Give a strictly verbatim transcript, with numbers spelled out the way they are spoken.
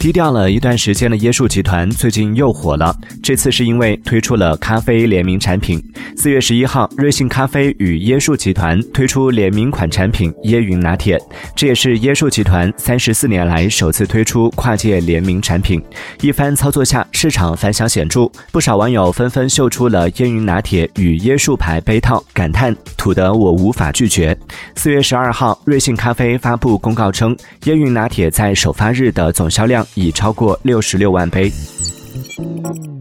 低调了一段时间的椰树集团最近又火了，这次是因为推出了咖啡联名产品。四月十一号，瑞幸咖啡与椰树集团推出联名款产品椰云拿铁，这也是椰树集团三十四年来首次推出跨界联名产品。一番操作下，市场反响显著，不少网友纷纷秀出了椰云拿铁与椰树牌杯套，感叹土得我无法拒绝。四月十二号，瑞幸咖啡发布公告称，椰云拿铁在首发日的总销量已超过六十六万杯。